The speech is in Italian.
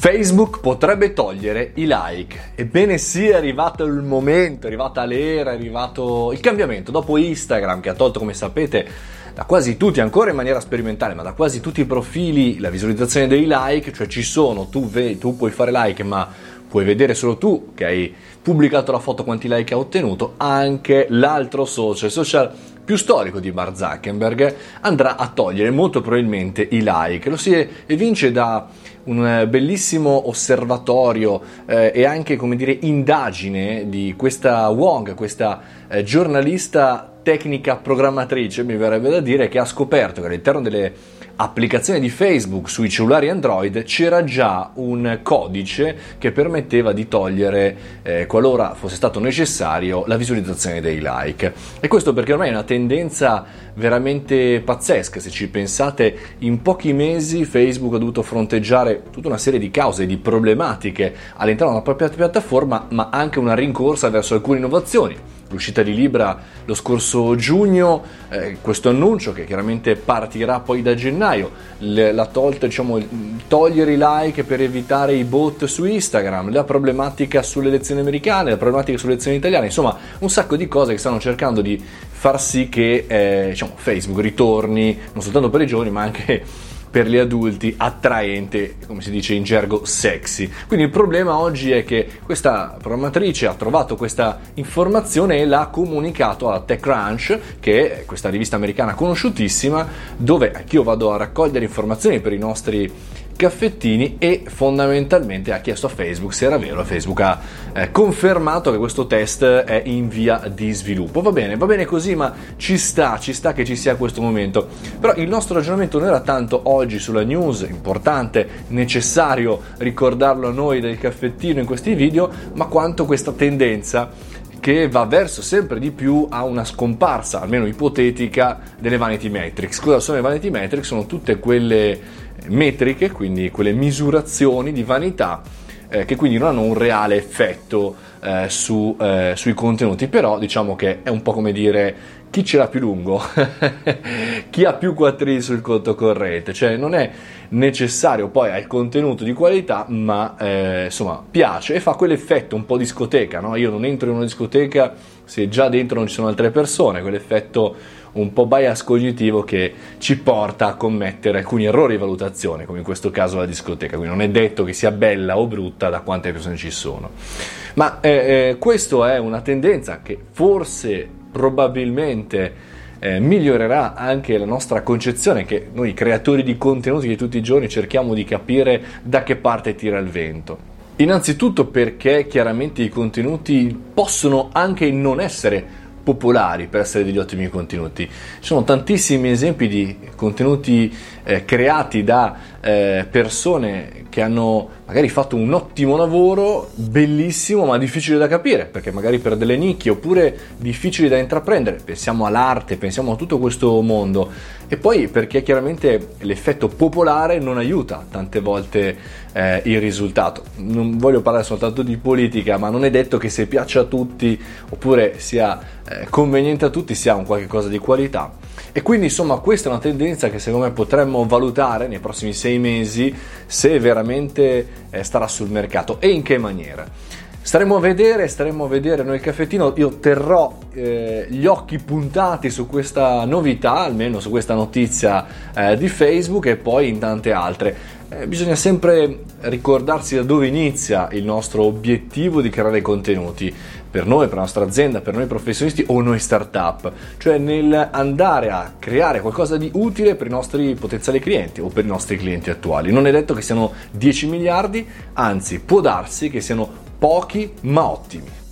Facebook potrebbe togliere i like. Ebbene sì, è arrivato il momento, è arrivata l'era, è arrivato il cambiamento. Dopo Instagram, che ha tolto, come sapete, da quasi tutti, ancora in maniera sperimentale, ma da quasi tutti i profili la visualizzazione dei like, cioè ci sono, tu puoi fare like, ma puoi vedere solo tu che hai pubblicato la foto quanti like ha ottenuto. Anche l'altro social più storico di Mark Zuckerberg andrà a togliere molto probabilmente i like. Lo si evince da un bellissimo osservatorio e anche, come dire, indagine di questa Wong, questa giornalista tecnica programmatrice, mi verrebbe da dire, che ha scoperto che all'interno delle applicazioni di Facebook sui cellulari Android c'era già un codice che permetteva di togliere, qualora fosse stato necessario, la visualizzazione dei like. E questo perché ormai è una tendenza veramente pazzesca. Se ci pensate, in pochi mesi Facebook ha dovuto fronteggiare tutta una serie di cause, di problematiche all'interno della propria piattaforma, ma anche una rincorsa verso alcune innovazioni. L'uscita di Libra lo scorso giugno, questo annuncio che chiaramente partirà poi da gennaio, la tolta, togliere i like per evitare i bot su Instagram, la problematica sulle elezioni americane, la problematica sulle elezioni italiane, insomma un sacco di cose che stanno cercando di far sì che Facebook ritorni non soltanto per i giovani ma anche per gli adulti, attraente, come si dice in gergo, sexy. Quindi il problema oggi è che questa programmatrice ha trovato questa informazione e l'ha comunicato a TechCrunch, che è questa rivista americana conosciutissima, dove anch'io vado a raccogliere informazioni per i nostri caffettini, e fondamentalmente ha chiesto a Facebook se era vero. Facebook ha confermato che questo test è in via di sviluppo. Va bene così, ma ci sta che ci sia questo momento. Però il nostro ragionamento non era tanto oggi sulla news, importante, necessario ricordarlo a noi del caffettino in questi video, ma quanto questa tendenza che va verso sempre di più a una scomparsa, almeno ipotetica, delle vanity metrics. Cosa sono le vanity metrics? Sono tutte quelle metriche, quindi quelle misurazioni di vanità che quindi non hanno un reale effetto sui contenuti, però diciamo che è un po' come dire chi ce l'ha più lungo, chi ha più quattrini sul conto corrente, cioè non è necessario poi al contenuto di qualità, ma insomma piace e fa quell'effetto un po' discoteca, no? Io non entro in una discoteca se già dentro non ci sono altre persone, quell'effetto un po' bias cognitivo che ci porta a commettere alcuni errori di valutazione, come in questo caso la discoteca. Quindi non è detto che sia bella o brutta da quante persone ci sono, ma questo è una tendenza che forse probabilmente migliorerà anche la nostra concezione, che noi creatori di contenuti di tutti i giorni cerchiamo di capire da che parte tira il vento. Innanzitutto perché chiaramente i contenuti possono anche non essere popolari per essere degli ottimi contenuti. Ci sono tantissimi esempi di contenuti creati da persone che hanno magari fatto un ottimo lavoro, bellissimo, ma difficile da capire, perché magari per delle nicchie, oppure difficili da intraprendere. Pensiamo all'arte, pensiamo a tutto questo mondo. E poi perché chiaramente l'effetto popolare non aiuta tante volte il risultato. Non voglio parlare soltanto di politica, ma non è detto che se piace a tutti oppure sia conveniente a tutti sia un qualche cosa di qualità. E quindi insomma questa è una tendenza che secondo me potremmo valutare nei prossimi 6 mesi se veramente starà sul mercato e in che maniera. Staremo a vedere noi il caffettino. Io terrò gli occhi puntati su questa novità, almeno su questa notizia di Facebook, e poi in tante altre. Bisogna sempre ricordarsi da dove inizia il nostro obiettivo di creare contenuti, per noi, per la nostra azienda, per noi professionisti o noi startup, cioè nel andare a creare qualcosa di utile per i nostri potenziali clienti o per i nostri clienti attuali. Non è detto che siano 10 miliardi, anzi può darsi che siano pochi ma ottimi.